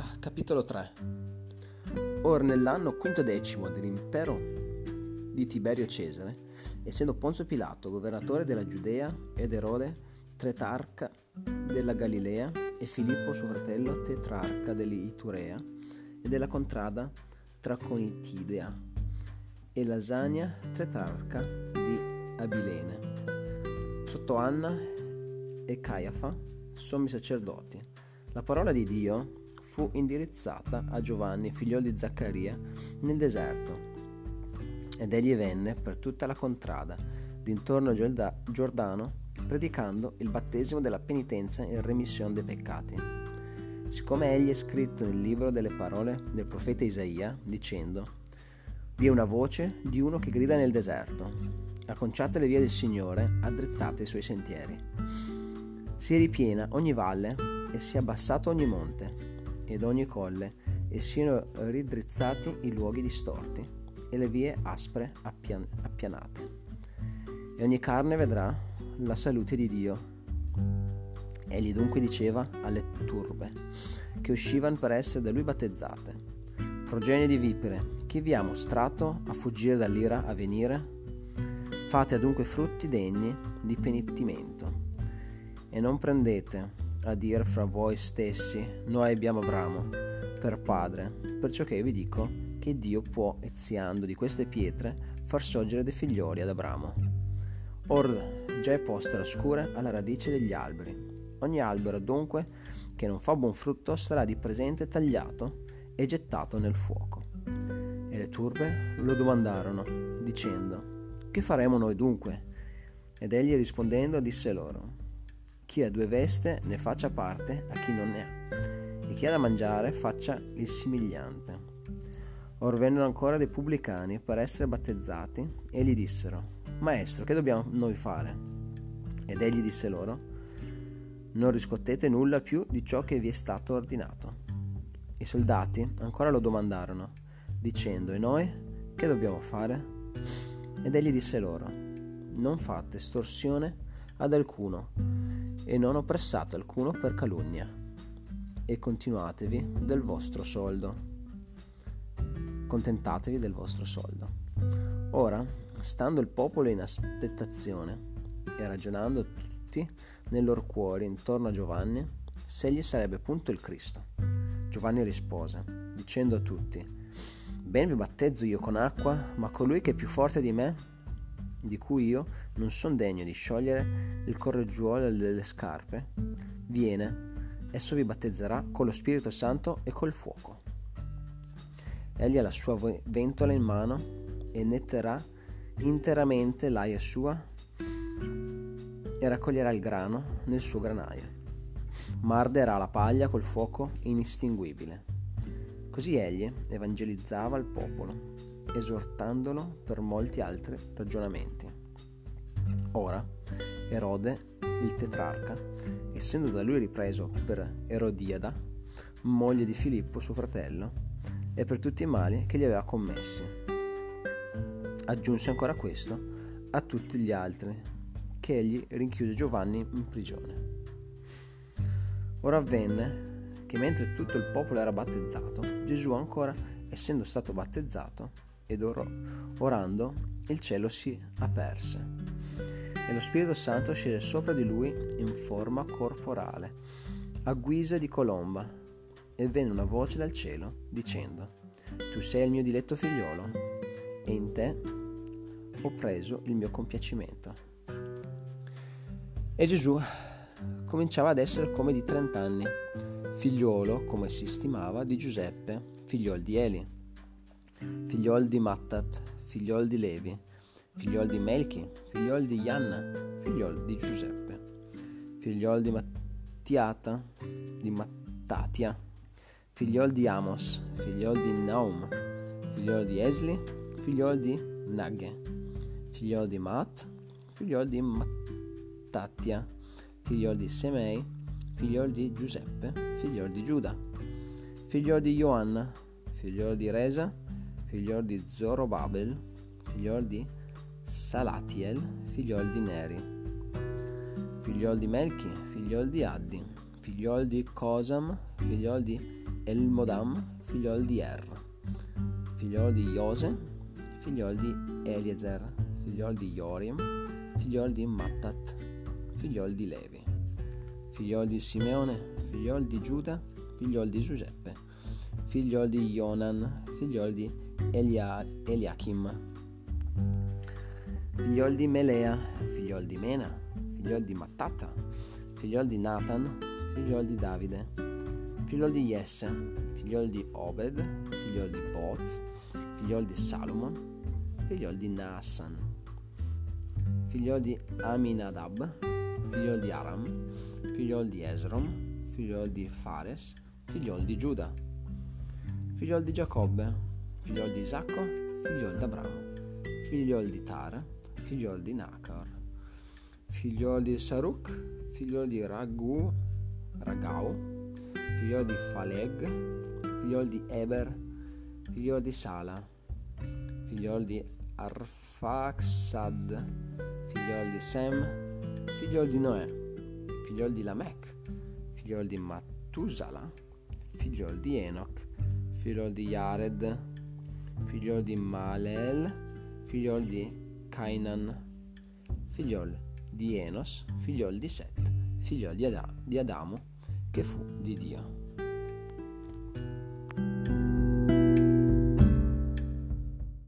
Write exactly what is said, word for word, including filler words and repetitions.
Ah, capitolo tre. Or nell'anno quindicesimo dell'impero di Tiberio Cesare, essendo Ponzio Pilato governatore della Giudea ed Erode tetrarca della Galilea e Filippo suo fratello tetrarca dell'Iturea e della contrada Traconitidea e Lasagna tetrarca di Abilene, sotto Anna e Caiafa, sommi sacerdoti. La parola di Dio fu indirizzata a Giovanni, figlio di Zaccaria, nel deserto, ed egli venne per tutta la contrada d'intorno a Giordano, predicando il battesimo della penitenza in remissione dei peccati. Siccome egli è scritto nel libro delle parole del profeta Isaia, dicendo: vi è una voce di uno che grida nel deserto, acconciate le vie del Signore, addrizzate i suoi sentieri. Si ripiena ogni valle e sia abbassato ogni monte ed ogni colle, e siano ridrizzati i luoghi distorti e le vie aspre appian- appianate. E ogni carne vedrà la salute di Dio. Egli dunque diceva alle turbe che uscivano per essere da lui battezzate: progenie di vipere, chi vi ha mostrato a fuggire dall'ira a venire? Fate adunque frutti degni di pentimento, e non prendete a dire fra voi stessi: noi abbiamo Abramo per padre, perciò che io vi dico che Dio può, eziando di queste pietre, far sorgere dei figlioli ad Abramo. Or già è posta la scura alla radice degli alberi. Ogni albero dunque che non fa buon frutto sarà di presente tagliato e gettato nel fuoco. E le turbe lo domandarono, dicendo: che faremo noi dunque? Ed egli rispondendo disse loro: chi ha due veste ne faccia parte a chi non ne ha, e chi ha da mangiare faccia il simigliante. Or vennero ancora dei pubblicani per essere battezzati, e gli dissero: Maestro, che dobbiamo noi fare? Ed egli disse loro: non riscuotete nulla più di ciò che vi è stato ordinato. I soldati ancora lo domandarono, dicendo: e noi che dobbiamo fare? Ed egli disse loro: non fate estorsione ad alcuno, e non oppressate alcuno per calunnia, e continuatevi del vostro soldo. Contentatevi del vostro soldo. Ora, stando il popolo in aspettazione e ragionando tutti nei loro cuori intorno a Giovanni, se egli sarebbe appunto il Cristo, Giovanni rispose, dicendo a tutti: ben vi battezzo io con acqua, ma colui che è più forte di me, di cui io non son degno di sciogliere il correggiuolo delle scarpe, viene, esso vi battezzerà con lo Spirito Santo e col fuoco. Egli ha la sua ventola in mano e netterà interamente l'aia sua e raccoglierà il grano nel suo granaio, ma arderà la paglia col fuoco inestinguibile. Così egli evangelizzava il popolo, esortandolo per molti altri ragionamenti. Ora Erode, il tetrarca, essendo da lui ripreso per Erodiada, moglie di Filippo suo fratello, e per tutti i mali che gli aveva commessi, aggiunse ancora questo a tutti gli altri, che egli rinchiuse Giovanni in prigione. Ora avvenne che mentre tutto il popolo era battezzato, Gesù ancora essendo stato battezzato ed or- orando, il cielo si aperse e lo Spirito Santo scese sopra di lui in forma corporale, a guisa di colomba, e venne una voce dal cielo dicendo: tu sei il mio diletto figliolo, e in te ho preso il mio compiacimento. E Gesù cominciava ad essere come di trent'anni, figliuolo, come si stimava, di Giuseppe, figliol di Eli, figliol di Mattat, figliol di Levi, figliol di Melchi, figliol di Ianna, figliol di Giuseppe, figliol di Mattiata, di Mattatia, figliol di Amos, figliol di Naum, figliol di Esli, figliol di Nagge, figliol di Mat, figliol di Mattatia, figliol di Semei, figliol di Giuseppe, figliol di Giuda, figliol di Ioanna, figliol di Resa, figliol di Zorobabel, figliol di Salatiel, figliol di Neri, figliol di Melchi, figliol di Addi, figliol di Cosam, figliol di Elmodam, figliol di Er, figliol di Iose, figliol di Eliezer, figliol di Jorim, figliol di Mattat, figliol di Levi, figliol di Simeone, figliol di Giuda, figliol di Giuseppe, figliol di Jonan, figliol di Elia, Eliachim, figliol di Melea, figliol di Mena, figliol di Mattata, figliol di Nathan, figliol di Davide, figliol di Jesse, figliol di Obed, figliol di Boz, figliol di Salomon, figliol di Naassan, figliol di Aminadab, figliol di Aram, figliol di Esrom, figliol di Fares, figliol di Giuda, figliol di Giacobbe, figliol di Isacco, figliol di Abramo, figliol di Tara, figliol di Nachor, figliol di Saruk, figliol di Ragu, Ragau, figliol di Faleg, figliol di Eber, figliol di Sala, figliol di Arfaxad, figliol di Sem, figliol di Noè, figliol di Lamech, figliol di Mattusala, figliol di Enoch, figliol di Jared, figliol di Malel, figliol di Cainan, figliol di Enos, figliol di Set, figliol di, Ad- di Adamo, che fu di Dio.